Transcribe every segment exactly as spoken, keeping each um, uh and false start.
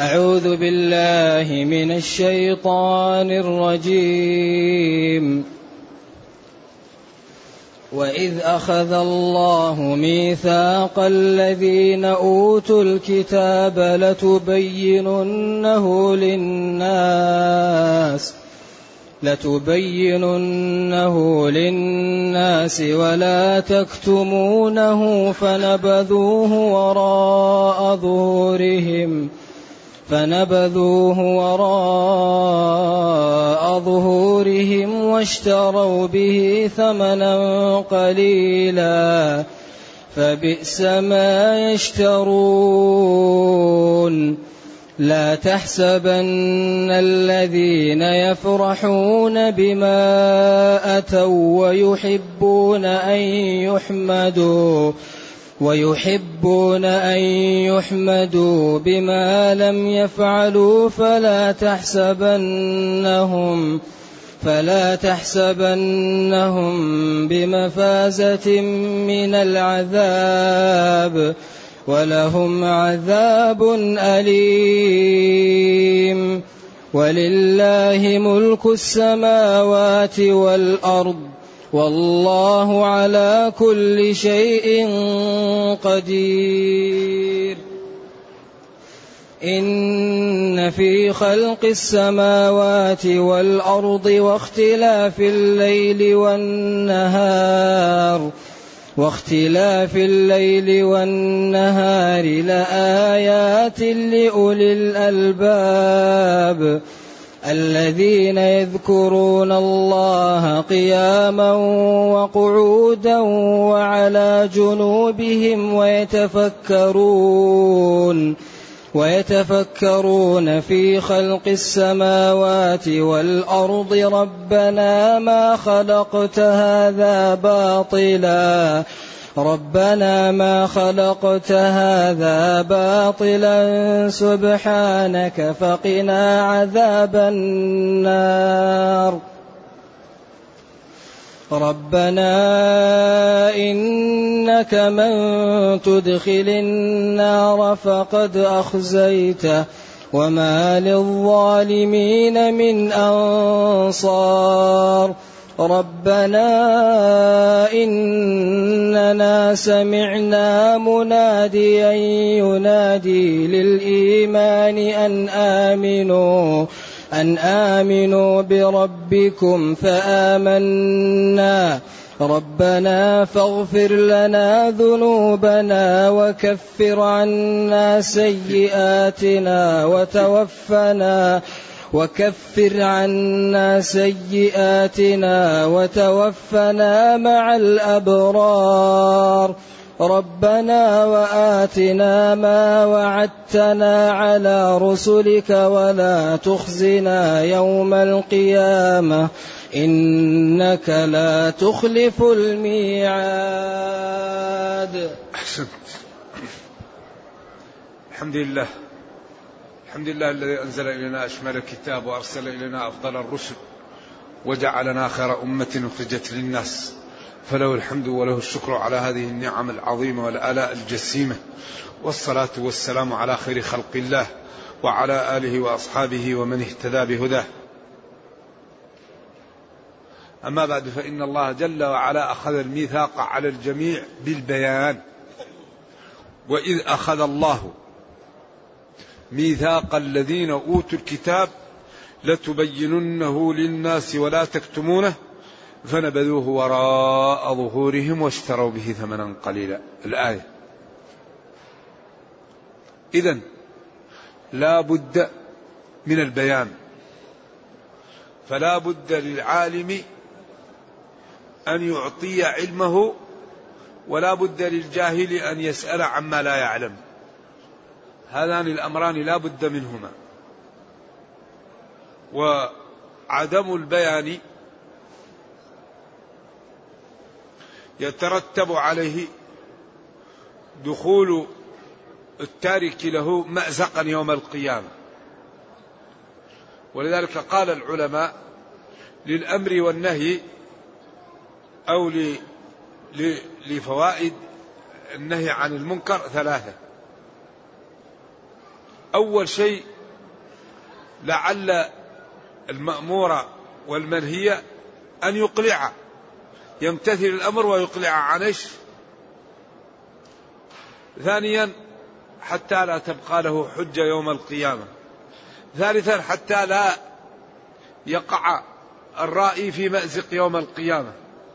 أعوذ بالله من الشيطان الرجيم. وإذ أخذ الله ميثاق الذين أوتوا الكتاب لتبيننه للناس لتبيننه للناس ولا تكتمونه فنبذوه وراء ظهورهم فنبذوه وراء ظهورهم واشتروا به ثمنا قليلا فبئس ما يشترون. لا تحسبن الذين يفرحون بما أتوا ويحبون أن يحمدوا ويحبون أن يحمدوا بما لم يفعلوا فلا تحسبنهم فلا تحسبنهم بمفازة من العذاب ولهم عذاب أليم. ولله ملك السماوات والأرض والله على كل شيء قدير. إن في خلق السماوات والأرض واختلاف الليل والنهار واختلاف الليل والنهار لآيات لأولي الألباب الذين يذكرون الله قياما وقعودا وعلى جنوبهم ويتفكرون ويتفكرون في خلق السماوات والأرض ربنا ما خلقت هذا باطلا ربنا ما خلقت هذا باطلا سبحانك فقنا عذاب النار. ربنا إنك من تدخل النار فقد أخزيته وما للظالمين من أنصار. ربنا إننا سمعنا مناديا ينادي للإيمان أن آمنوا أن آمنوا بربكم فآمنا ربنا فاغفر لنا ذنوبنا وكفر عنا سيئاتنا وتوفنا وكفر عنا سيئاتنا وتوفنا مع الأبرار. ربنا وآتنا ما وعدتنا على رسلك ولا تخزنا يوم القيامة إنك لا تخلف الميعاد. أحسنت. الحمد لله الحمد لله الذي أنزل إلينا أشمل الكتاب وأرسل إلينا أفضل الرسل وجعلنا خير أمة أخرجت للناس فله الحمد وله الشكر على هذه النعم العظيمة والآلاء الجسيمة والصلاة والسلام على خير خلق الله وعلى آله وأصحابه ومن اهتدى بهداه. أما بعد فإن الله جل وعلا أخذ الميثاق على الجميع بالبيان. وإذ أخذ الله ميثاق الذين أوتوا الكتاب لتبيننه للناس ولا تكتمونه فنبذوه وراء ظهورهم واشتروا به ثمنا قليلا. الآية. إذن لا بد من البيان، فلا بد للعالم أن يعطي علمه ولا بد للجاهل أن يسأل عما لا يعلم. هذان الأمران لا بد منهما. وعدم البيان يترتب عليه دخول التارك له مأزقا يوم القيامة. ولذلك قال العلماء للأمر والنهي أو لفوائد النهي عن المنكر ثلاثة. أول شيء لعل المأمور والمنهي أن يقلع، يمتثل الأمر ويقلع عن إيش. ثانيا حتى لا تبقى له حجة يوم القيامة. ثالثا حتى لا يقع الرائي في مأزق يوم القيامة،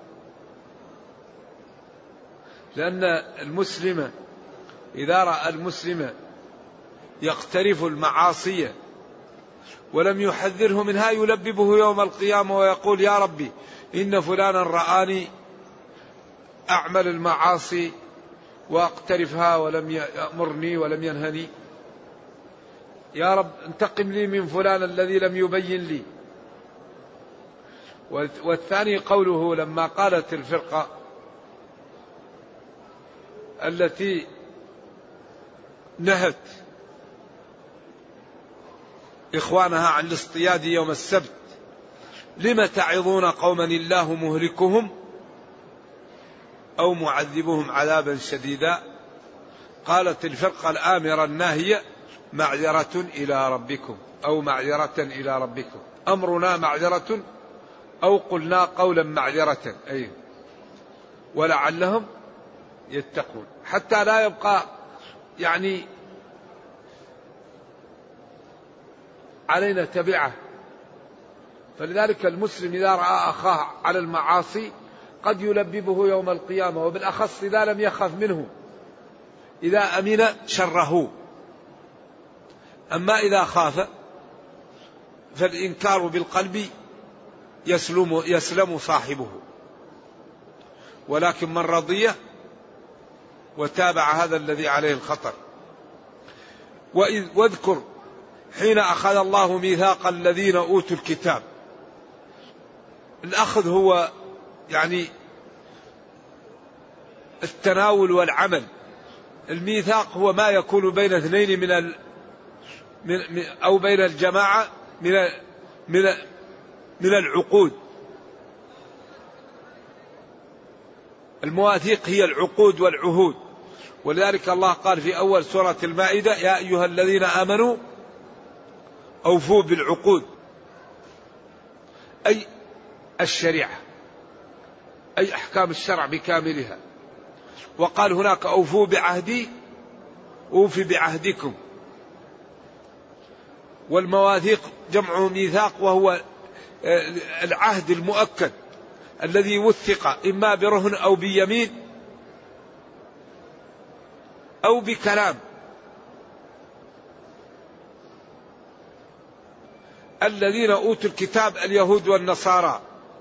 لأن المسلم إذا رأى المسلم يقترف المعاصي ولم يحذره منها يلببه يوم القيامة ويقول يا ربي إن فلانا رآني أعمل المعاصي وأقترفها ولم يأمرني ولم ينهني، يا رب انتقم لي من فلان الذي لم يبين لي. والثاني قوله لما قالت الفرقة التي نهت إخوانها عن الاصطياد يوم السبت لم تعظون قوما الله مهلكهم أو معذبهم عذابا شديدا. قالت الفرقة الآمرة الناهية معذرة إلى ربكم أو معذرة إلى ربكم، أمرنا معذرة أو قلنا قولا معذرة، أي ولعلهم يتقون، حتى لا يبقى يعني علينا تبعه. فلذلك المسلم إذا رأى أخاه على المعاصي قد يلببه يوم القيامة، وبالأخص إذا لم يخف منه، إذا أمن شره. أما إذا خاف فالإنكار بالقلب يسلم, يسلم صاحبه، ولكن من رضي وتابع هذا الذي عليه الخطر. وإذ واذكر حين أخذ الله ميثاق الذين أوتوا الكتاب. الأخذ هو يعني التناول والعمل، الميثاق هو ما يكون بين اثنين من ال من أو بين الجماعة من من من العقود. المواثيق هي العقود والعهود، ولذلك الله قال في أول سورة المائدة يا أيها الذين آمنوا أوفوا بالعقود، أي الشريعة، أي أحكام الشرع بكاملها. وقال هناك أوفوا بعهدي أوفي بعهدكم. والمواثيق جمع ميثاق، وهو العهد المؤكد الذي وثق إما برهن أو بيمين أو بكلام. الذين أوتوا الكتاب اليهود والنصارى،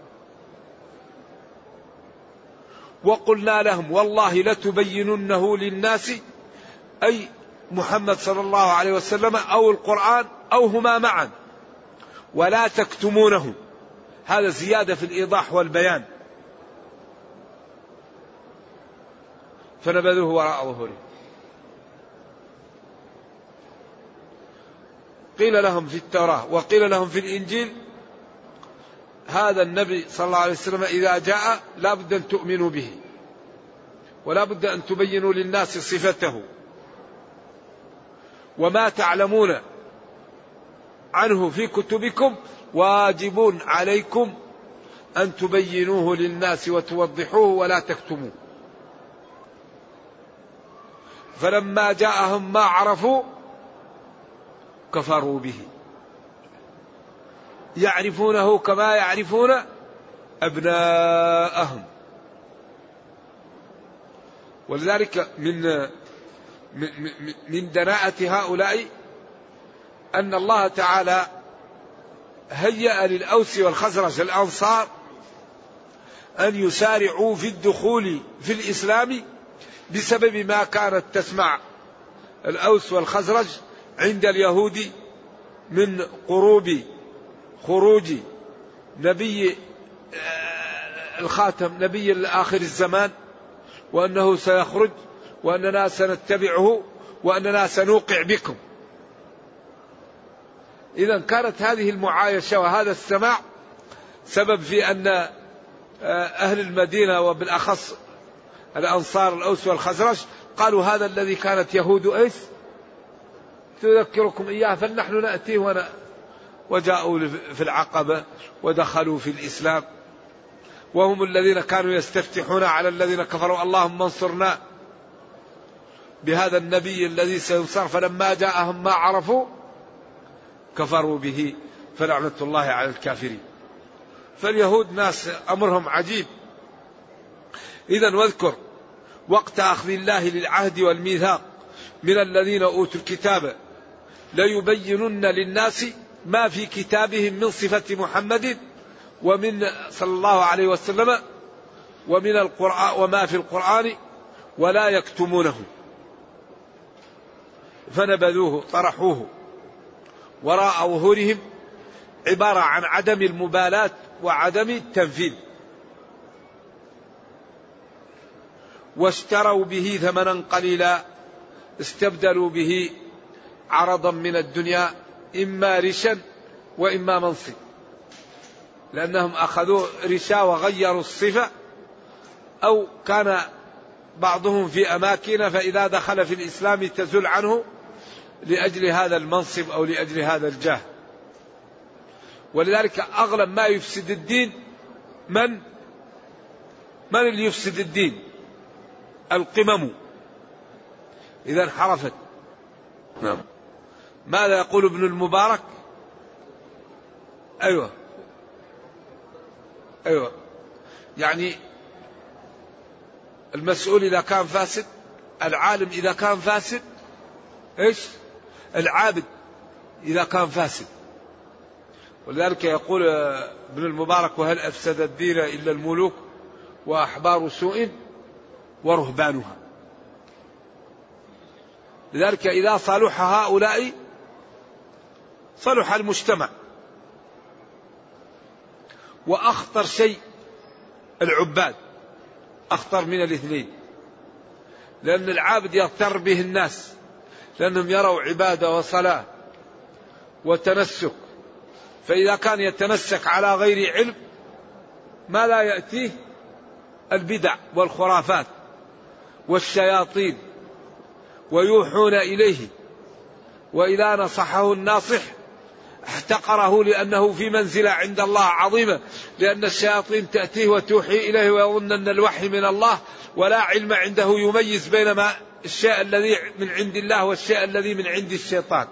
وقلنا لهم والله لتبيننه للناس، أي محمد صلى الله عليه وسلم أو القرآن أو هما معا، ولا تكتمونه. هذا زيادة في الإيضاح والبيان. فنبذوه وراء ظهوره. قيل لهم في التوراة وقيل لهم في الإنجيل هذا النبي صلى الله عليه وسلم إذا جاء لا بد أن تؤمنوا به، ولا بد أن تبينوا للناس صفته، وما تعلمون عنه في كتبكم واجب عليكم أن تبينوه للناس وتوضحوه ولا تكتموه. فلما جاءهم ما عرفوا كفروا به، يعرفونه كما يعرفون أبناءهم. ولذلك من من دناءة هؤلاء أن الله تعالى هيأ للأوس والخزرج الأنصار أن يسارعوا في الدخول في الإسلام بسبب ما كانت تسمع الأوس والخزرج عند اليهود من قروب خروج نبي الخاتم، نبي آخر الزمان، وأنه سيخرج وأننا سنتبعه وأننا سنوقع بكم. إذا كانت هذه المعايشة وهذا السماع سبب في أن أهل المدينة وبالأخص الأنصار الأوس والخزرج قالوا هذا الذي كانت يهود إيس تذكركم إياه فنحن نأتيه ون... وجاءوا في العقبة ودخلوا في الإسلام، وهم الذين كانوا يستفتحون على الذين كفروا اللهم انصرنا بهذا النبي الذي سينصر، فلما جاءهم ما عرفوا كفروا به فلعنة الله على الكافرين. فاليهود ناس أمرهم عجيب. إذن واذكر وقت أخذ الله للعهد والميثاق من الذين أوتوا الكتاب ليبينن للناس ما في كتابهم من صفة محمد ومن صلى الله عليه وسلم ومن القرآن وما في القرآن ولا يكتمونه، فنبذوه طرحوه وراء ظهورهم، عبارة عن عدم المبالاة وعدم التنفيذ. واشتروا به ثمنا قليلا، استبدلوا به عرضا من الدنيا إما رشا وإما منصب، لأنهم أخذوا رشا وغيروا الصفة، أو كان بعضهم في أماكن فإذا دخل في الإسلام تزل عنه لأجل هذا المنصب أو لأجل هذا الجاه. ولذلك أغلب ما يفسد الدين من من اللي يفسد الدين؟ القمم إذا انحرفت. نعم. ماذا يقول ابن المبارك؟ أيوة أيوة يعني المسؤول إذا كان فاسد، العالم إذا كان فاسد، إيش؟ العابد إذا كان فاسد. ولذلك يقول ابن المبارك وهل أفسد الدين إلا الملوك وأحبار سوء ورهبانها. لذلك إذا صلح هؤلاء صلح المجتمع. وأخطر شيء العباد، أخطر من الاثنين، لأن العابد يغتر به الناس لأنهم يروا عبادة وصلاة وتنسك، فإذا كان يتمسك على غير علم ما لا يأتيه البدع والخرافات والشياطين ويوحون إليه، وإذا نصحه الناصح احتقره لأنه في منزلة عند الله عظيمة، لأن الشياطين تأتيه وتوحي إليه ويظن أن الوحي من الله ولا علم عنده يميز بين ما الشيء الذي من عند الله والشيء الذي من عند الشيطان.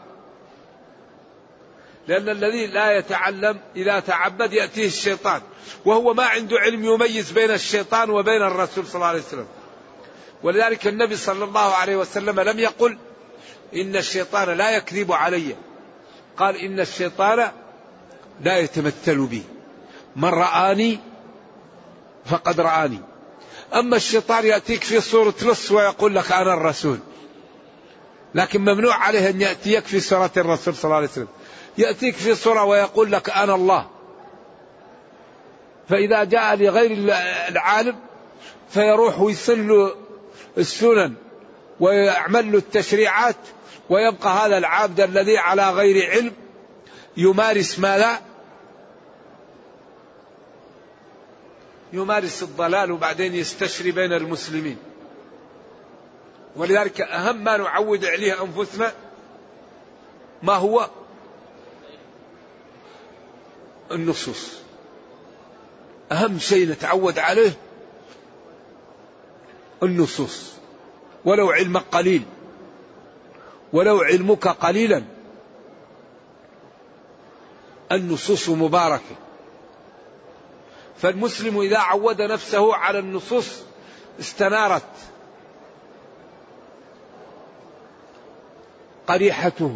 لأن الذي لا يتعلم إذا تعبد يأتيه الشيطان وهو ما عنده علم يميز بين الشيطان وبين الرسول صلى الله عليه وسلم. ولذلك النبي صلى الله عليه وسلم لم يقل إن الشيطان لا يكذب علي، قال إن الشيطان لا يتمثل بي، من رآني فقد رآني. أما الشيطان يأتيك في صورة لص ويقول لك أنا الرسول، لكن ممنوع عليه أن يأتيك في صورة الرسول صلى الله عليه وسلم، يأتيك في صورة ويقول لك أنا الله. فإذا جاء لغير العالم فيروح ويسل السنن ويعمل له التشريعات، ويبقى هذا العبد الذي على غير علم يمارس ما لا يمارس الضلال، وبعدين يستشري بين المسلمين. ولذلك أهم ما نعود عليه أنفسنا ما هو؟ النصوص. أهم شيء نتعود عليه النصوص، ولو علمك قليل، ولو علمك قليلا، النصوص مباركة. فالمسلم إذا عود نفسه على النصوص استنارت قريحته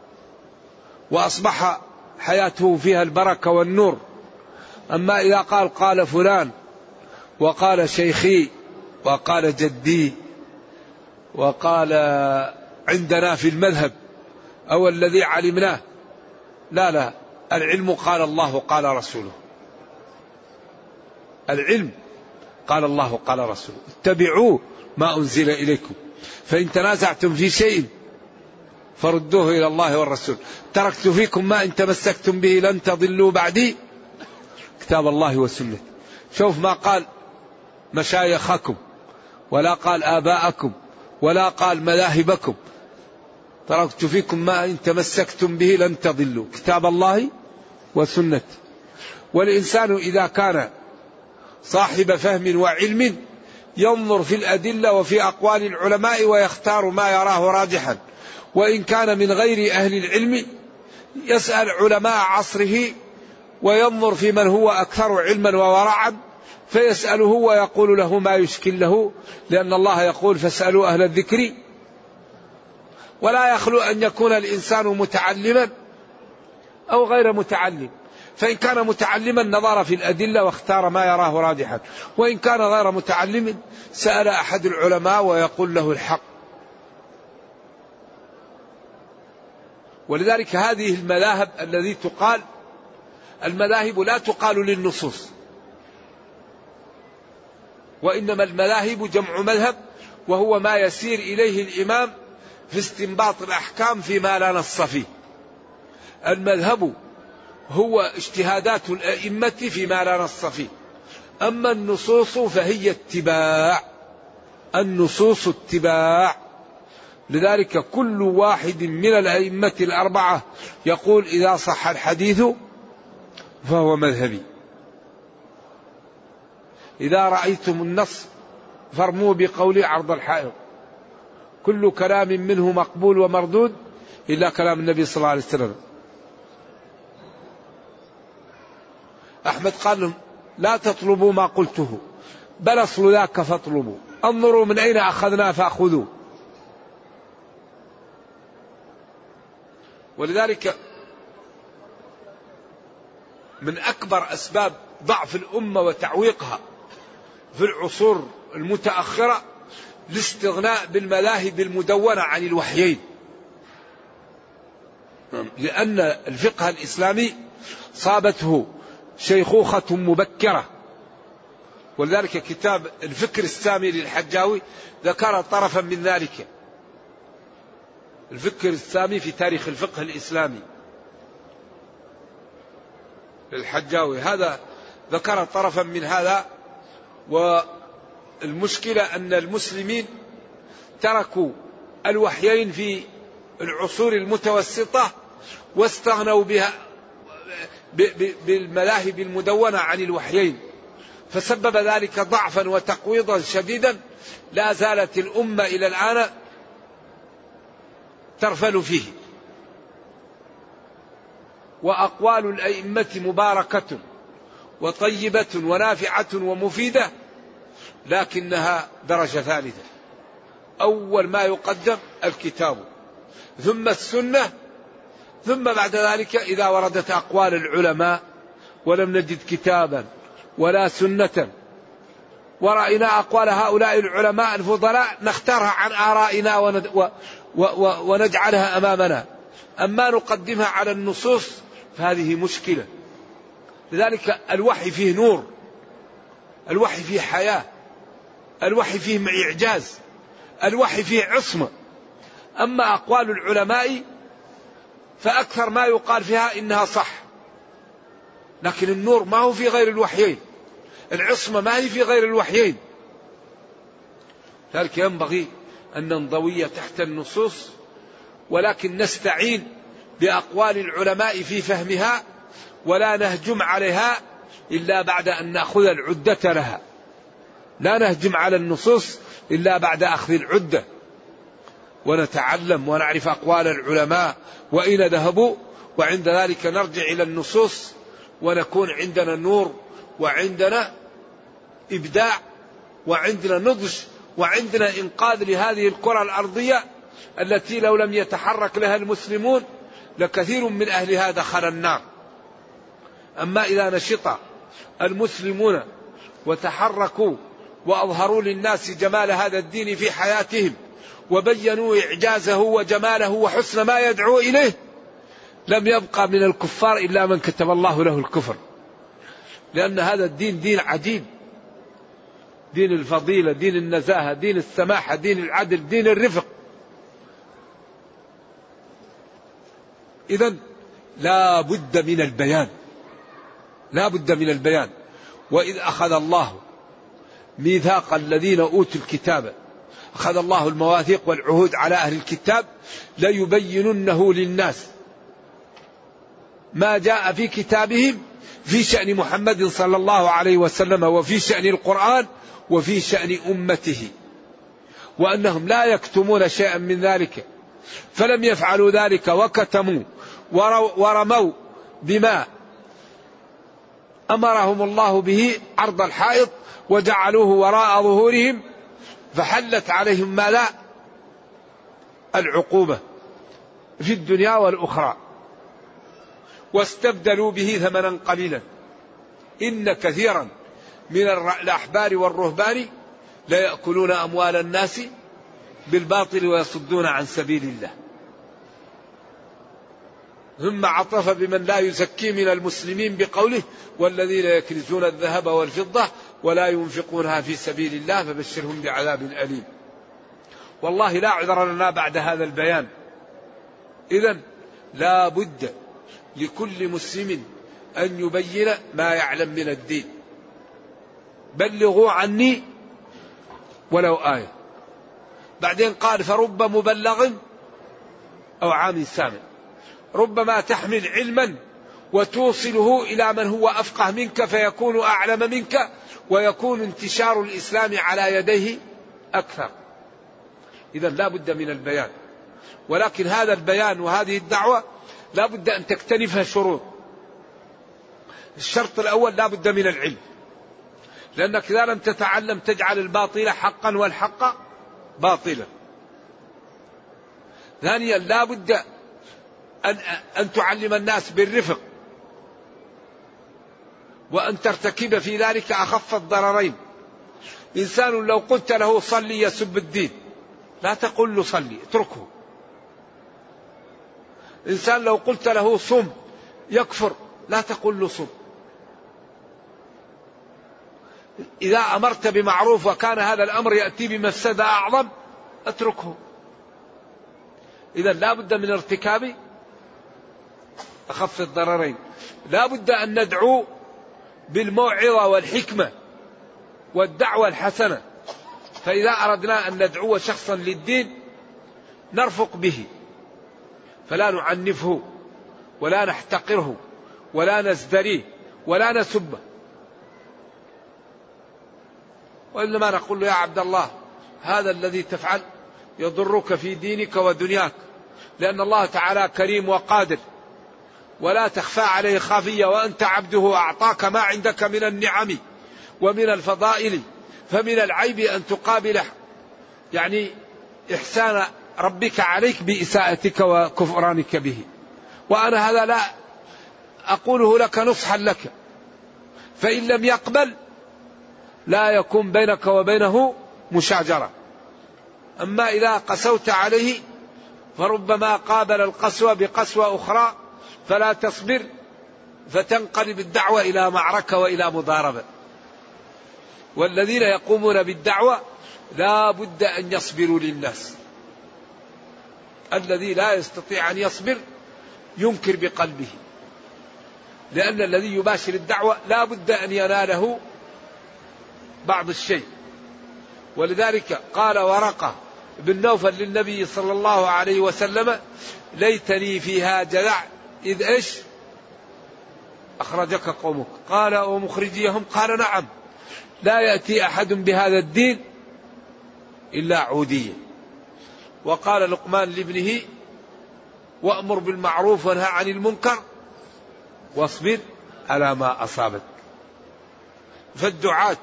وأصبح حياته فيها البركة والنور. أما إذا قال قال فلان وقال شيخي وقال جدي وقال عندنا في المذهب أو الذي علمناه، لا لا، العلم قال الله قال رسوله، العلم قال الله قال رسوله، اتبعوا ما أنزل إليكم، فإن تنازعتم في شيء فردوه إلى الله والرسول، تركت فيكم ما إن تمسكتم به لن تضلوا بعدي كتاب الله وسنة. شوف ما قال مشايخكم ولا قال آباءكم ولا قال مذاهبكم، تركت فيكم ما إن تمسكتم به لن تضلوا، كتاب الله وسنة. والإنسان إذا كان صاحب فهم وعلم ينظر في الأدلة وفي أقوال العلماء ويختار ما يراه راجحا، وإن كان من غير أهل العلم يسأل علماء عصره وينظر في من هو أكثر علما وورعا فيسأله ويقول له ما يشكل له، لأن الله يقول فاسألوا أهل الذكر. ولا يخلو أن يكون الإنسان متعلما أو غير متعلم، فإن كان متعلما نظر في الأدلة واختار ما يراه راجحا، وإن كان غير متعلم سأل أحد العلماء ويقول له الحق. ولذلك هذه المذاهب الذي تقال، المذاهب لا تقال للنصوص، وإنما المذاهب جمع مذهب، وهو ما يسير إليه الإمام في استنباط الأحكام فيما لا نص فيه. المذهب هو اجتهادات الأئمة فيما لا نص فيه، أما النصوص فهي اتباع، النصوص اتباع. لذلك كل واحد من الأئمة الأربعة يقول إذا صح الحديث فهو مذهبي. إذا رأيتم النص فارموا بقولي عرض الحائط، كل كلام منه مقبول ومردود إلا كلام النبي صلى الله عليه وسلم. أحمد قال لهم لا تطلبوا ما قلته بل أصل ذاك فاطلبوا، انظروا من أين أخذنا فأخذوا. ولذلك من أكبر أسباب ضعف الأمة وتعويقها في العصور المتأخرة الاستغناء بالمذاهب المدونة عن الوحيين، لأن الفقه الإسلامي صابته شيخوخة مبكرة. ولذلك كتاب الفكر السامي للحجاوي ذكر طرفا من ذلك، الفكر السامي في تاريخ الفقه الإسلامي للحجاوي، هذا ذكر طرفا من هذا. والمشكلة أن المسلمين تركوا الوحيين في العصور المتوسطة واستغنوا بها بالمذاهب المدونة عن الوحيين، فسبب ذلك ضعفا وتقويضا شديدا لا زالت الأمة إلى الآن ترفل فيه. وأقوال الأئمة مباركة وطيبة ونافعة ومفيدة، لكنها درجة ثالثة. أول ما يقدم الكتاب ثم السنة، ثم بعد ذلك إذا وردت أقوال العلماء ولم نجد كتابا ولا سنة ورأينا أقوال هؤلاء العلماء الفضلاء نختارها عن آرائنا ونجعلها أمامنا، أما نقدمها على النصوص فهذه مشكلة. لذلك الوحي فيه نور، الوحي فيه حياة، الوحي فيه إعجاز، الوحي فيه عصمة. أما أقوال العلماء فأكثر ما يقال فيها إنها صح، لكن النور ما هو في غير الوحيين، العصمة ما هي في غير الوحيين. لذلك ينبغي أن ننضوي تحت النصوص، ولكن نستعين بأقوال العلماء في فهمها، ولا نهجم عليها إلا بعد أن نأخذ العدة لها. لا نهجم على النصوص إلا بعد أخذ العدة، ونتعلم ونعرف أقوال العلماء وإن ذهبوا، وعند ذلك نرجع إلى النصوص ونكون عندنا نور وعندنا إبداع وعندنا نضج وعندنا إنقاذ لهذه الكرة الأرضية التي لو لم يتحرك لها المسلمون لكثير من أهلها دخل النار. أما إذا نشط المسلمون وتحركوا وأظهروا للناس جمال هذا الدين في حياتهم وبينوا إعجازه وجماله وحسن ما يدعو إليه، لم يبقى من الكفار إلا من كتب الله له الكفر، لأن هذا الدين دين عجيب، دين الفضيلة، دين النزاهة، دين السماحة، دين العدل، دين الرفق. إذن لا بد من البيان، لا بد من البيان. وإذ أخذ الله ميثاق الذين أوتوا الكتاب أخذ الله المواثيق والعهود على أهل الكتاب ليبيننه للناس ما جاء في كتابهم في شأن محمد صلى الله عليه وسلم وفي شأن القرآن وفي شأن أمته، وأنهم لا يكتمون شيئا من ذلك، فلم يفعلوا ذلك وكتموا ورموا بما أمرهم الله به عرض الحائط وجعلوه وراء ظهورهم، فحلت عليهم ما لا العقوبة في الدنيا والأخرى، واستبدلوا به ثمنا قليلا. إن كثيرا من الأحبار والرهبان لا يأكلون أموال الناس بالباطل ويصدون عن سبيل الله. ثم عطف بمن لا يزكي من المسلمين بقوله والذين يكنزون الذهب والفضة ولا ينفقونها في سبيل الله فبشرهم بعذاب أليم. والله لا عذر لنا بعد هذا البيان. إذن لا بد لكل مسلم أن يبين ما يعلم من الدين. بلغوا عني ولو آية. بعدين قال فرب مبلغ أو عام سامع. ربما تحمل علما وتوصله إلى من هو أفقه منك فيكون أعلم منك، ويكون انتشار الإسلام على يديه أكثر. إذا لا بد من البيان، ولكن هذا البيان وهذه الدعوة لا بد أن تكتنفها شروط. الشرط الأول لا بد من العلم، لأنك إذا لم تتعلم تجعل الباطل حقا والحق باطلا. ثانيا لا بد أن, أن تعلم الناس بالرفق، وأن ترتكب في ذلك أخف الضررين. إنسان لو قلت له صلي يسب الدين، لا تقل له صلي، اتركه. إنسان لو قلت له صم يكفر، لا تقل له صم. إذا أمرت بمعروف وكان هذا الأمر يأتي بمفسدة أعظم اتركه. إذا لا بد من ارتكاب أخف الضررين. لا بد أن ندعو بالموعظة والحكمة والدعوة الحسنة. فإذا أردنا أن ندعو شخصا للدين نرفق به، فلا نعنفه ولا نحتقره ولا نزدريه ولا نسبه، وإنما نقول له يا عبد الله هذا الذي تفعل يضرك في دينك ودنياك، لأن الله تعالى كريم وقادر ولا تخفى عليه خافية، وأنت عبده أعطاك ما عندك من النعم ومن الفضائل، فمن العيب أن تقابل يعني إحسان ربك عليك بإساءتك وكفرانك به. وأنا هذا لا أقوله لك نصحا لك، فإن لم يقبل لا يكون بينك وبينه مشاجرة. أما إذا قسوت عليه فربما قابل القسوة بقسوة أخرى فلا تصبر، فتنقلب الدعوة إلى معركة وإلى مضاربة. والذين يقومون بالدعوة لا بد أن يصبروا للناس. الذي لا يستطيع أن يصبر ينكر بقلبه، لأن الذي يباشر الدعوة لا بد أن يناله بعض الشيء. ولذلك قال ورقة بن نوفل للنبي صلى الله عليه وسلم ليتني فيها جذع إذ إيش أخرجك قومك. قال ومخرجيهم؟ قال نعم، لا يأتي أحد بهذا الدين إلا عودية. وقال لقمان لابنه وأمر بالمعروف وانهى عن المنكر واصبر على ما أصابك. فالدعاة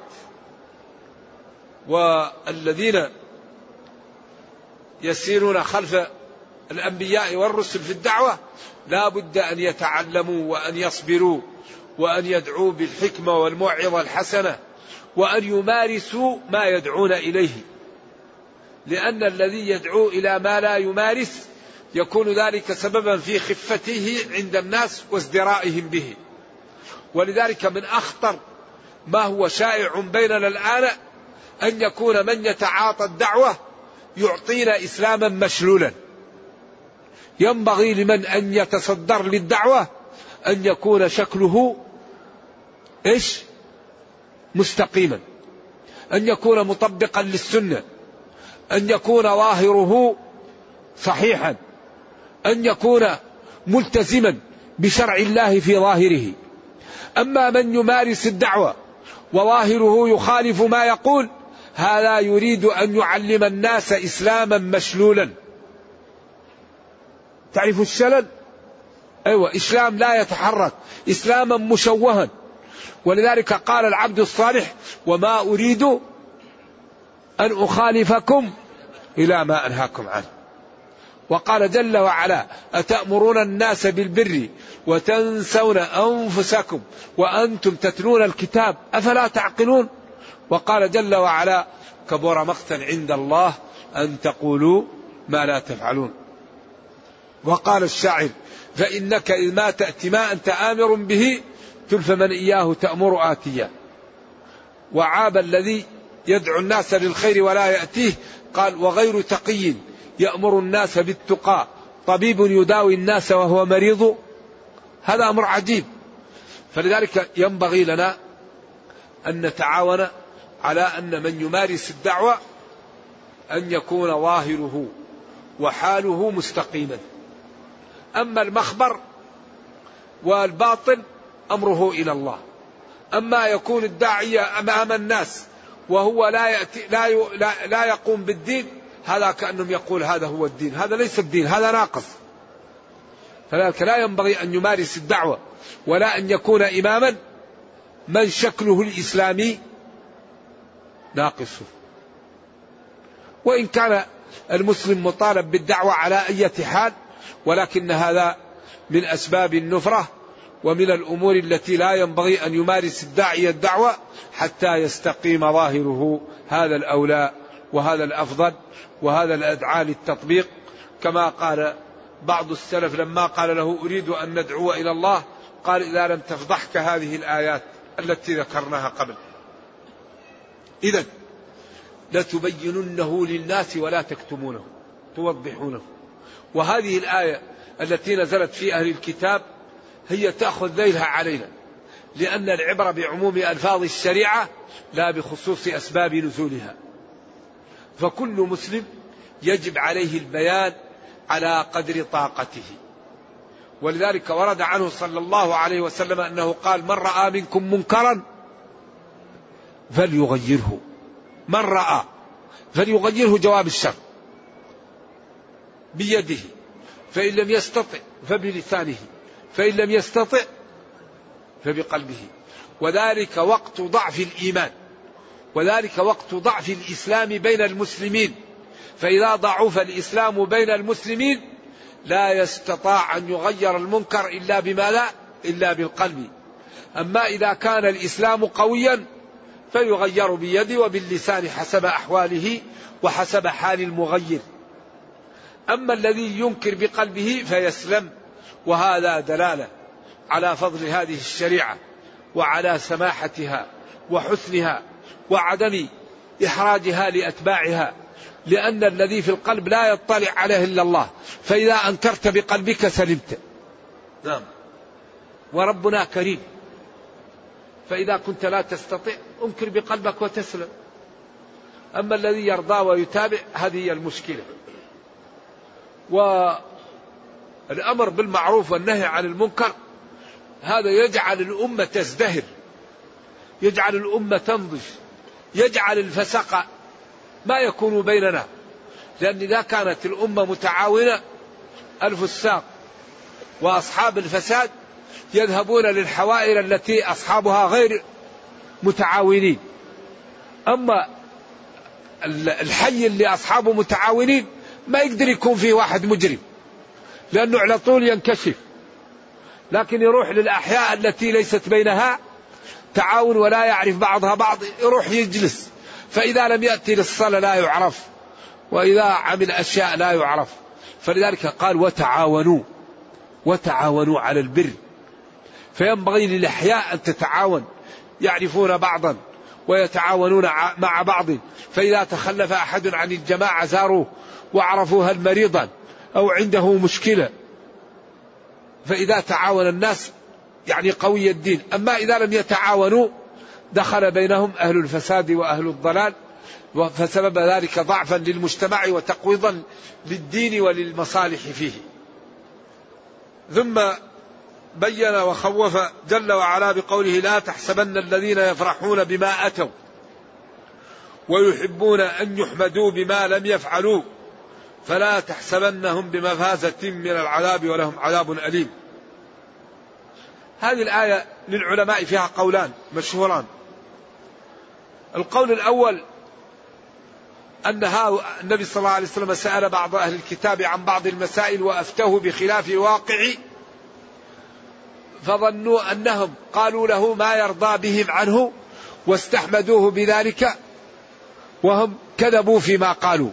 والذين يسيرون خلف الأنبياء والرسل في الدعوة لا بد أن يتعلموا وأن يصبروا وأن يدعوا بالحكمة والموعظة الحسنة، وأن يمارسوا ما يدعون إليه، لأن الذي يدعو إلى ما لا يمارس يكون ذلك سببا في خفته عند الناس وازدرائهم به. ولذلك من أخطر ما هو شائع بيننا الآن أن يكون من يتعاطى الدعوة يعطينا إسلاما مشلولا. ينبغي لمن أن يتصدر للدعوة أن يكون شكله إيش مستقيما، أن يكون مطبقا للسنة، أن يكون ظاهره صحيحا، أن يكون ملتزما بشرع الله في ظاهره. أما من يمارس الدعوة وظاهره يخالف ما يقول، هذا يريد أن يعلم الناس إسلاما مشلولا. تعرف الشلل؟ أيوة، إسلام لا يتحرك، إسلاما مشوها. ولذلك قال العبد الصالح: وما أريد أن أخالفكم إلى ما أنهاكم عنه. وقال جل وعلا: أتأمرون الناس بالبر وتنسون أنفسكم وأنتم تتلون الكتاب أفلا تعقلون. وقال جل وعلا: كبر مقتا عند الله أن تقولوا ما لا تفعلون. وقال الشاعر: فإنك إذ ما تأتي ما أنت آمر به تلف من إياه تأمر آتيا. وعاب الذي يدعو الناس للخير ولا يأتيه، قال: وغير تقي يأمر الناس بالتقى طبيب يداوي الناس وهو مريض. هذا أمر عجيب. فلذلك ينبغي لنا أن نتعاون على أن من يمارس الدعوة أن يكون ظاهره وحاله مستقيما. أما المخبر والباطن أمره إلى الله. أما يكون الداعية أمام الناس وهو لا يأتي لا لا, لا يقوم بالدين، هذا كأنهم يقول هذا هو الدين. هذا ليس الدين، هذا ناقص. فلذلك لا ينبغي أن يمارس الدعوة ولا أن يكون إماما من شكله الإسلامي ناقص. وإن كان المسلم مطالب بالدعوة على أي حال، ولكن هذا من أسباب النفرة ومن الأمور التي لا ينبغي أن يمارس الداعية الدعوة حتى يستقيم ظاهره. هذا الأولى وهذا الأفضل وهذا الأدعى للتطبيق. كما قال بعض السلف لما قال له: أريد أن ندعو إلى الله، قال: إذا لم تفضحك هذه الآيات التي ذكرناها قبل. إذن لتبيننه للناس ولا تكتمونه، توضحونه. وهذه الآية التي نزلت في أهل الكتاب هي تأخذ ذيلها علينا، لأن العبرة بعموم ألفاظ الشريعة لا بخصوص أسباب نزولها. فكل مسلم يجب عليه البيان على قدر طاقته. ولذلك ورد عنه صلى الله عليه وسلم أنه قال: من رأى منكم منكرا فليغيره. من رأى فليغيره جواب الشر بيده، فإن لم يستطع فبلسانه، فإن لم يستطع فبقلبه. وذلك وقت ضعف الإيمان، وذلك وقت ضعف الإسلام بين المسلمين. فإذا ضعف الإسلام بين المسلمين لا يستطاع أن يغير المنكر إلا بما لا إلا بالقلب. أما إذا كان الإسلام قويا فيغير بيده وباللسان حسب أحواله وحسب حال المغير. أما الذي ينكر بقلبه فيسلم. وهذا دلالة على فضل هذه الشريعة وعلى سماحتها وحسنها وعدم إحراجها لأتباعها، لأن الذي في القلب لا يطلع عليه إلا الله. فإذا أنكرت بقلبك سلمت. نعم. وربنا كريم، فإذا كنت لا تستطيع انكر بقلبك وتسلم. أما الذي يرضى ويتابع هذه هي المشكلة. والأمر بالمعروف والنهي عن المنكر هذا يجعل الأمة تزدهر، يجعل الأمة تنضج، يجعل الفسق ما يكون بيننا. لأن إذا كانت الأمة متعاونة الفساق وأصحاب الفساد يذهبون للحوائر التي أصحابها غير متعاونين. أما الحي اللي أصحابه متعاونين ما يقدر يكون فيه واحد مجرم، لأنه على طول ينكشف. لكن يروح للأحياء التي ليست بينها تعاون ولا يعرف بعضها بعض، يروح يجلس، فإذا لم يأتي للصلاة لا يعرف، وإذا عمل أشياء لا يعرف. فلذلك قال: وتعاونوا وتعاونوا على البر. فينبغي للأحياء أن تتعاون، يعرفون بعضا ويتعاونون مع بعض. فإذا تخلف أحد عن الجماعة زاروه وعرفوا هل مريضا أو عنده مشكلة. فإذا تعاون الناس يعني قوي الدين. أما إذا لم يتعاونوا دخل بينهم أهل الفساد وأهل الضلال، فسبب ذلك ضعفا للمجتمع وتقويضا للدين وللمصالح فيه. ثم بين وخوف جل وعلا بقوله لا تحسبن الذين يفرحون بما أتوا ويحبون أن يحمدوا بما لم يفعلوا فلا تحسبنهم بمفازة من العذاب ولهم عذاب أليم. هذه الآية للعلماء فيها قولان مشهوران. القول الأول أن النبي صلى الله عليه وسلم سأل بعض أهل الكتاب عن بعض المسائل وأفتوه بخلاف الواقع، فظنوا أنهم قالوا له ما يرضى بهم عنه واستحمدوه بذلك وهم كذبوا فيما قالوا.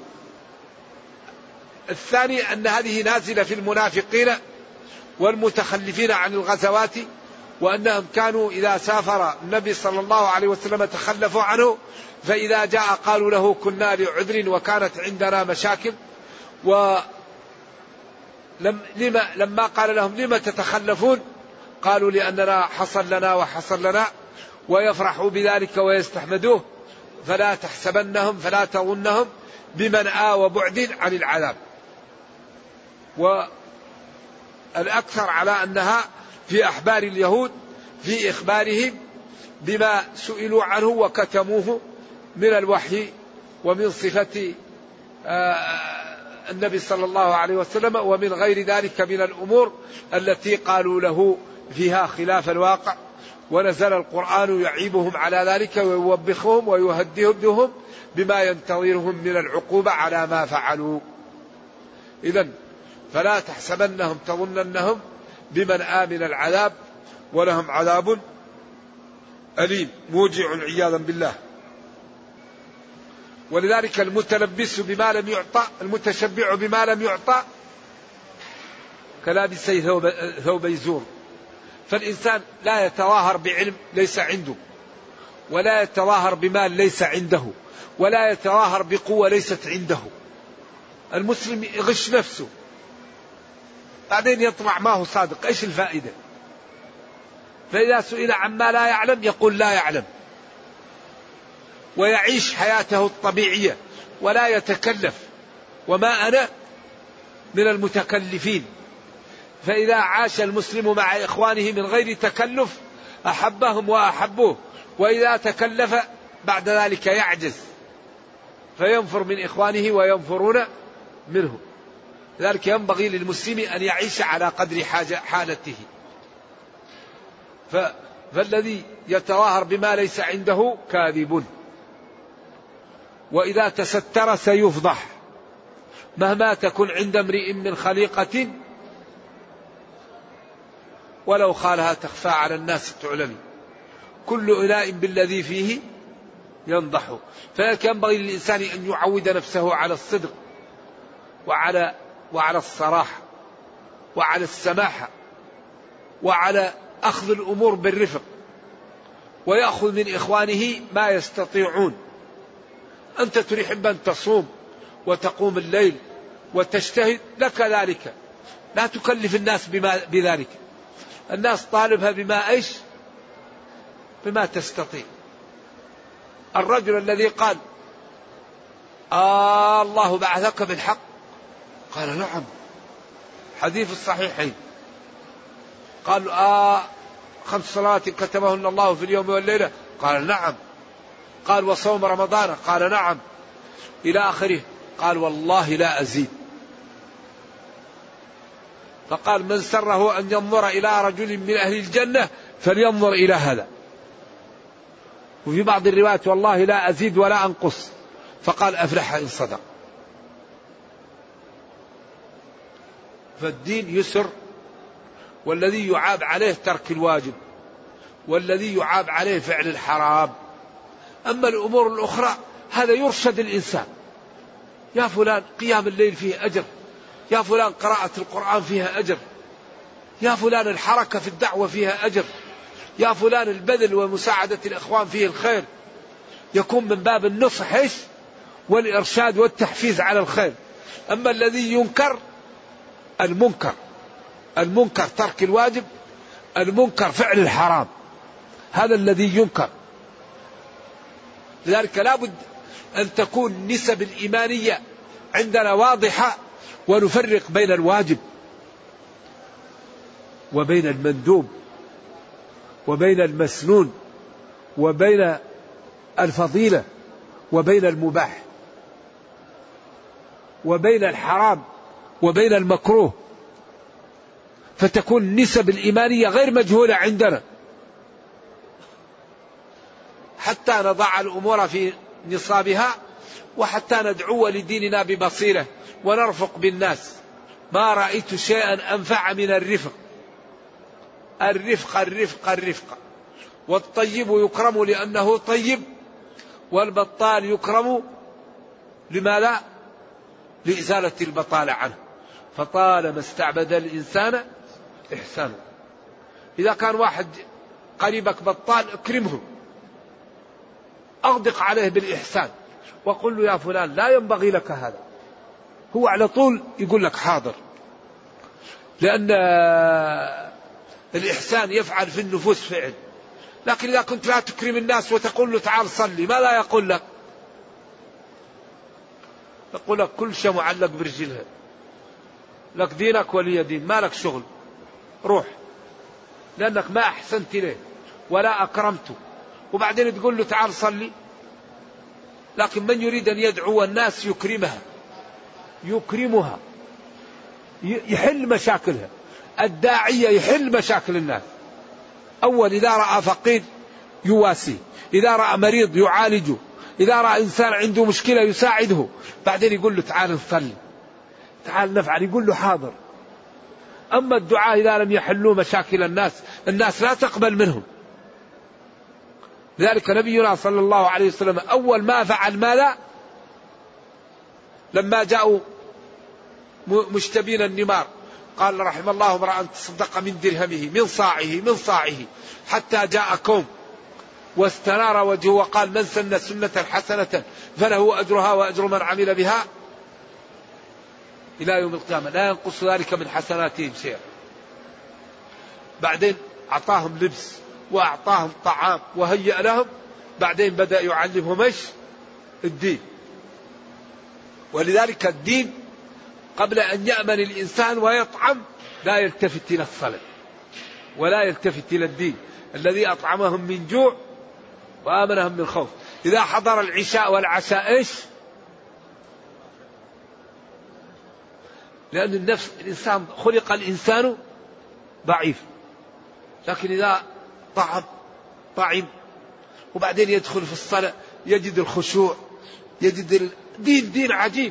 الثاني أن هذه نازلة في المنافقين والمتخلفين عن الغزوات، وأنهم كانوا إذا سافر النبي صلى الله عليه وسلم تخلفوا عنه، فإذا جاء قالوا له كنا لعذر وكانت عندنا مشاكل، ولما لما قال لهم لما تتخلفون قالوا لأننا حصل لنا وحصل لنا، ويفرحوا بذلك ويستحمدوه. فلا تحسبنهم فلا تظنهم بمنأى وبعد عن العذاب. والأكثر على أنها في أحبار اليهود في إخبارهم بما سئلوا عنه وكتموه من الوحي ومن صفة النبي صلى الله عليه وسلم ومن غير ذلك من الأمور التي قالوا له فيها خلاف الواقع. ونزل القرآن يعيبهم على ذلك ويوبخهم ويهددهم بما ينتظرهم من العقوبة على ما فعلوا. إذن فلا تحسبنهم تظننهم بمن آمن العذاب ولهم عذاب أليم موجع عياذا بالله. ولذلك المتلبس بما لم يعطى المتشبع بما لم يعطى كلابسي ثوب, ثوب يزور. فالإنسان لا يتظاهر بعلم ليس عنده، ولا يتظاهر بمال ليس عنده، ولا يتظاهر بقوة ليست عنده. المسلم يغش نفسه بعدين يطلع ما هو صادق، ايش الفائدة؟ فإذا سئل عما لا يعلم يقول لا يعلم، ويعيش حياته الطبيعية ولا يتكلف. وما أنا من المتكلفين. فإذا عاش المسلم مع إخوانه من غير تكلف أحبهم وأحبوه، وإذا تكلف بعد ذلك يعجز فينفر من إخوانه وينفرون منه. لذلك ينبغي للمسلم أن يعيش على قدر حاجة حالته. فالذي يتظاهر بما ليس عنده كاذب، وإذا تستر سيفضح مهما تكن عند امرئ من خليقة ولو خالها تخفى على الناس تعلم كل إناء بالذي فيه ينضح. فلذلك ينبغي للإنسان أن يعود نفسه على الصدق وعلى وعلى الصراحة وعلى السماحة وعلى أخذ الأمور بالرفق، ويأخذ من إخوانه ما يستطيعون. أنت تحب أن تصوم وتقوم الليل وتجتهد لك ذلك، لا تكلف الناس بما بذلك. الناس طالبها بما إيش؟ بما تستطيع. الرجل الذي قال آه الله بعثك بالحق قال نعم، حديث الصحيحين. قال آه خمس صلوات كتبهن الله في اليوم والليلة قال نعم. قال وصوم رمضان قال نعم إلى آخره. قال والله لا أزيد. فقال من سره أن ينظر إلى رجل من أهل الجنة فلينظر إلى هذا. وفي بعض الروايات والله لا أزيد ولا أنقص. فقال أفلح إن صدق. فالدين يسر، والذي يعاب عليه ترك الواجب، والذي يعاب عليه فعل الحرام. أما الأمور الأخرى هذا يرشد الإنسان. يا فلان قيام الليل فيه أجر، يا فلان قراءة القرآن فيها أجر، يا فلان الحركة في الدعوة فيها أجر، يا فلان البذل ومساعدة الإخوان فيه الخير. يكون من باب النصح إيش؟ والإرشاد والتحفيز على الخير. أما الذي ينكر المنكر، المنكر ترك الواجب، المنكر فعل الحرام، هذا الذي ينكر. لذلك لا بد أن تكون النسب الإيمانية عندنا واضحة، ونفرق بين الواجب وبين المندوب وبين المسنون وبين الفضيلة وبين المباح وبين الحرام وبين المكروه، فتكون النسب الإيمانية غير مجهولة عندنا، حتى نضع الأمور في نصابها، وحتى ندعو لديننا ببصيرة ونرفق بالناس. ما رأيت شيئا أنفع من الرفق. الرفق الرفق الرفق. والطيب يكرم لأنه طيب، والبطال يكرم لما لا لإزالة البطالة عنه. فطالما استعبد الإنسان إحسانه. إذا كان واحد قريبك بطال اكرمه، أغدق عليه بالإحسان، وقل له يا فلان لا ينبغي لك هذا. هو على طول يقول لك حاضر، لأن الإحسان يفعل في النفوس فعل. لكن إذا كنت لا تكرم الناس وتقول له تعال صلي، ما لا يقول لك؟ يقول لك كل شيء معلق برجلها، لك دينك ولي دين، ما لك شغل، روح، لأنك ما أحسنت إليه ولا أكرمته. وبعدين تقول له تعال صلي. لكن من يريد أن يدعو الناس يكرمها، يكرمها، يحل مشاكلها. الداعية يحل مشاكل الناس. أول إذا رأى فقير يواسيه، إذا رأى مريض يعالجه، إذا رأى إنسان عنده مشكلة يساعده. بعدين يقول له تعال نصلي، تعال نفعل، يقول له حاضر. أما الدعاء إذا لم يحلوا مشاكل الناس، الناس لا تقبل منهم. لذلك نبينا صلى الله عليه وسلم أول ما فعل ماذا؟ لما جاءوا مشتبين النمار قال رحم الله امرأ تصدق من درهمه من صاعه من صاعه حتى جاء كوم واستنار وجهه وقال من سن سنة حسنة فله أجرها وأجر من عمل بها إلى يوم القيامة لا ينقص ذلك من حسناتهم شيئا. بعدين أعطاهم لبس وأعطاهم طعام وهيأ لهم. بعدين بدأ يعلمهم ايش؟ الدين. ولذلك الدين قبل أن يأمن الإنسان ويطعم لا يلتفت إلى الصلاة ولا يلتفت إلى الدين الذي أطعمهم من جوع وآمنهم من خوف. إذا حضر العشاء والعشاء ايش؟ لأن النفس الإنسان خلق الإنسان ضعيف، لكن إذا طعم طعم وبعدين يدخل في الصلاة يجد الخشوع، يجد الدين دين عجيب.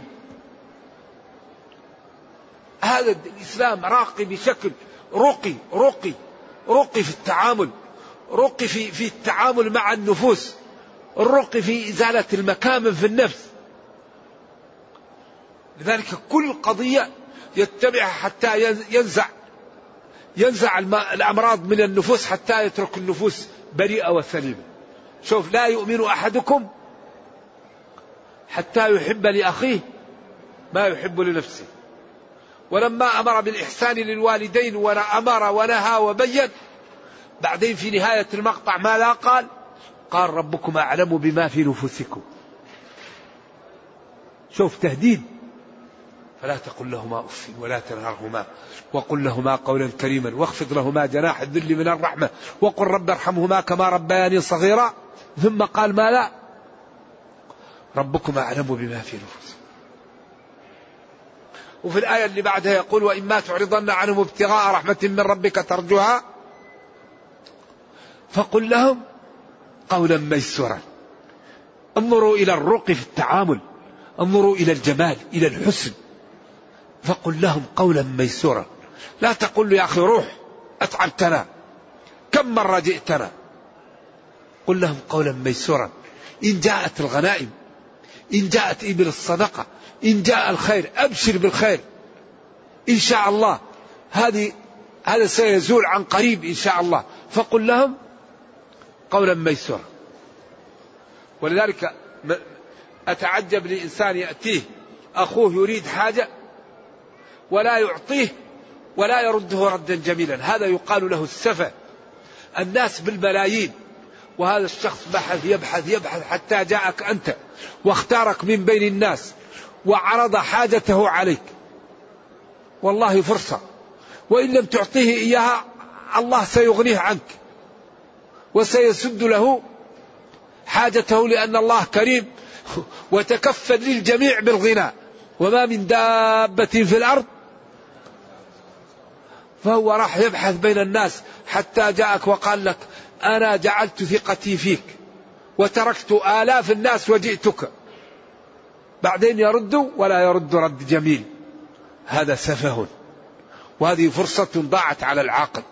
هذا الإسلام راقي بشكل رقي رقي رقي في التعامل، رقي في في التعامل مع النفوس، الرقي في إزالة المكامن في النفس. لذلك كل قضية يتبعها حتى ينزع ينزع الأمراض من النفوس حتى يترك النفوس بريئة وسليمة. شوف لا يؤمن أحدكم حتى يحب لأخيه ما يحب لنفسه. ولما أمر بالإحسان للوالدين وأمر ونهى وبين، بعدين في نهاية المقطع ماذا قال؟ قال ربكم أعلم بما في نفوسكم. شوف تهديد. فلا تقل لهما أف ولا تنهرهما وقل لهما قولا كريما واخفض لهما جناح الذل من الرحمة وقل رب ارحمهما كما ربياني صغيرا. ثم قال ما لا ربكم أعلم بما في نفوسكم. وفي الآية اللي بعدها يقول وإما تعرضن عنهم ابتغاء رحمة من ربك ترجوها فقل لهم قولا ميسورا. انظروا إلى الرقي في التعامل، انظروا إلى الجمال إلى الحسن. فقل لهم قولا ميسورا. لا تقل له يا أخي روح أتعبتنا كم مرة جئتنا. قل لهم قولا ميسورا. إن جاءت الغنائم، إن جاءت إبل الصدقة، إن جاء الخير أبشر بالخير إن شاء الله. هذه هذا سيزول عن قريب إن شاء الله. فقل لهم قولا ميسورا. ولذلك أتعجب لإنسان يأتيه أخوه يريد حاجة ولا يعطيه ولا يرده ردا جميلا، هذا يقال له السفة. الناس بالملايين وهذا الشخص بحث يبحث يبحث حتى جاءك أنت واختارك من بين الناس وعرض حاجته عليك، والله فرصة، وإن لم تعطيه إياها الله سيغنيه عنك وسيسد له حاجته، لأن الله كريم وتكفل للجميع بالغناء، وما من دابة في الأرض. فهو راح يبحث بين الناس حتى جاءك وقال لك أنا جعلت ثقتي فيك وتركت آلاف الناس وجئتك، بعدين يرد ولا يرد رد جميل، هذا سفه، وهذه فرصة ضاعت على العاقل.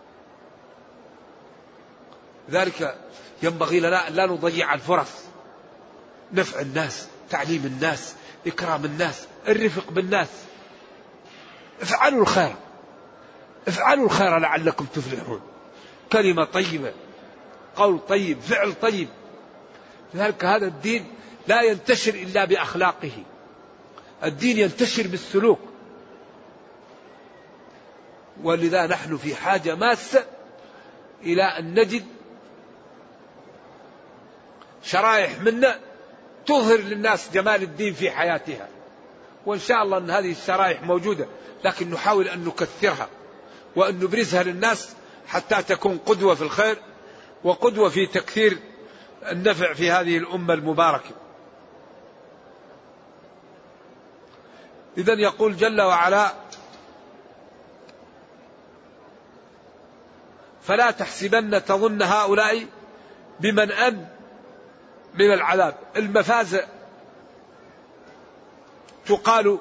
ذلك ينبغي لنا أن لا نضيع الفرص، نفع الناس، تعليم الناس، إكرام الناس، الرفق بالناس. افعلوا الخير، افعلوا الخير لعلكم تفلحون. كلمة طيبة، قول طيب، فعل طيب. لذلك هذا الدين لا ينتشر إلا بأخلاقه، الدين ينتشر بالسلوك. ولذا نحن في حاجة ماسة إلى أن نجد شرائح منا تظهر للناس جمال الدين في حياتها، وإن شاء الله أن هذه الشرائح موجودة، لكن نحاول أن نكثرها وأن نبرزها للناس حتى تكون قدوة في الخير وقدوة في تكثير النفع في هذه الأمة المباركة. إذن يقول جل وعلا: فلا تحسبن تظن هؤلاء بمن أمن من العذاب. المفازة تقال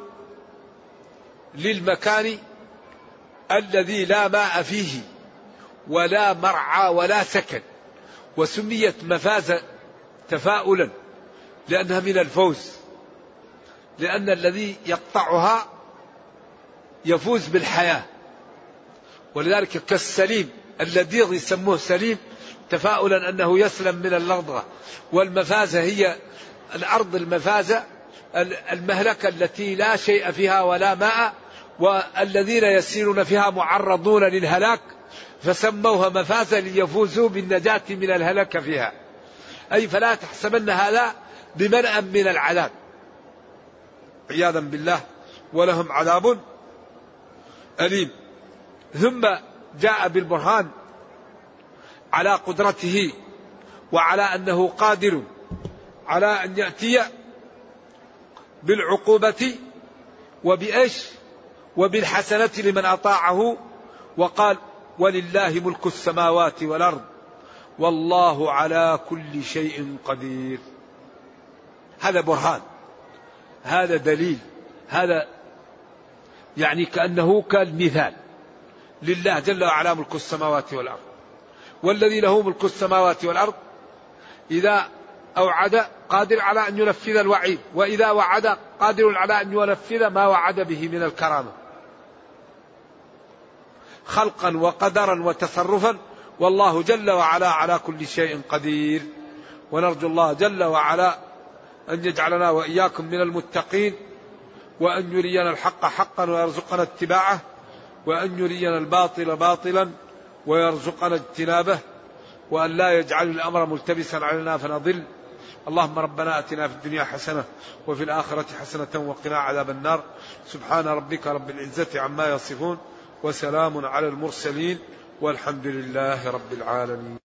للمكان الذي لا ماء فيه ولا مرعى ولا سكن، وسميت مفازة تفاؤلا لأنها من الفوز، لأن الذي يقطعها يفوز بالحياة. ولذلك كالسليم الذي يسموه سليم تفاؤلا أنه يسلم من اللغضة. والمفازة هي الأرض المفازة المهلكة التي لا شيء فيها ولا ماء، والذين يسيرون فيها معرضون للهلاك، فسموها مفازة ليفوزوا بالنجاة من الهلاك فيها. أي فلا تحسبن هذا بمنأ من العذاب عياذا بالله، ولهم عذاب أليم. ثم جاء بالبرهان على قدرته وعلى أنه قادر على أن يأتي بالعقوبة وبإيش وبالحسنة لمن أطاعه، وقال: ولله ملك السماوات والأرض والله على كل شيء قدير. هذا برهان، هذا دليل، هذا يعني كأنه كالمثال. لله جل وعلا ملك السماوات والأرض، والذي له ملك السماوات والأرض إذا أوعد قادر على أن ينفذ الوعيد، وإذا وعد قادر على أن ينفذ ما وعد به من الكرامة، خلقا وقدرا وتصرفا، والله جل وعلا على كل شيء قدير. ونرجو الله جل وعلا أن يجعلنا وإياكم من المتقين، وأن يرينا الحق حقا ويرزقنا اتباعه، وأن يرينا الباطل باطلا ويرزقنا اجتنابه، وأن لا يجعل الأمر ملتبسا علينا فنضل. اللهم ربنا أتنا في الدنيا حسنة وفي الآخرة حسنة وقنا عذاب النار. سبحان ربك رب العزة عما يصفون، وسلام على المرسلين، والحمد لله رب العالمين.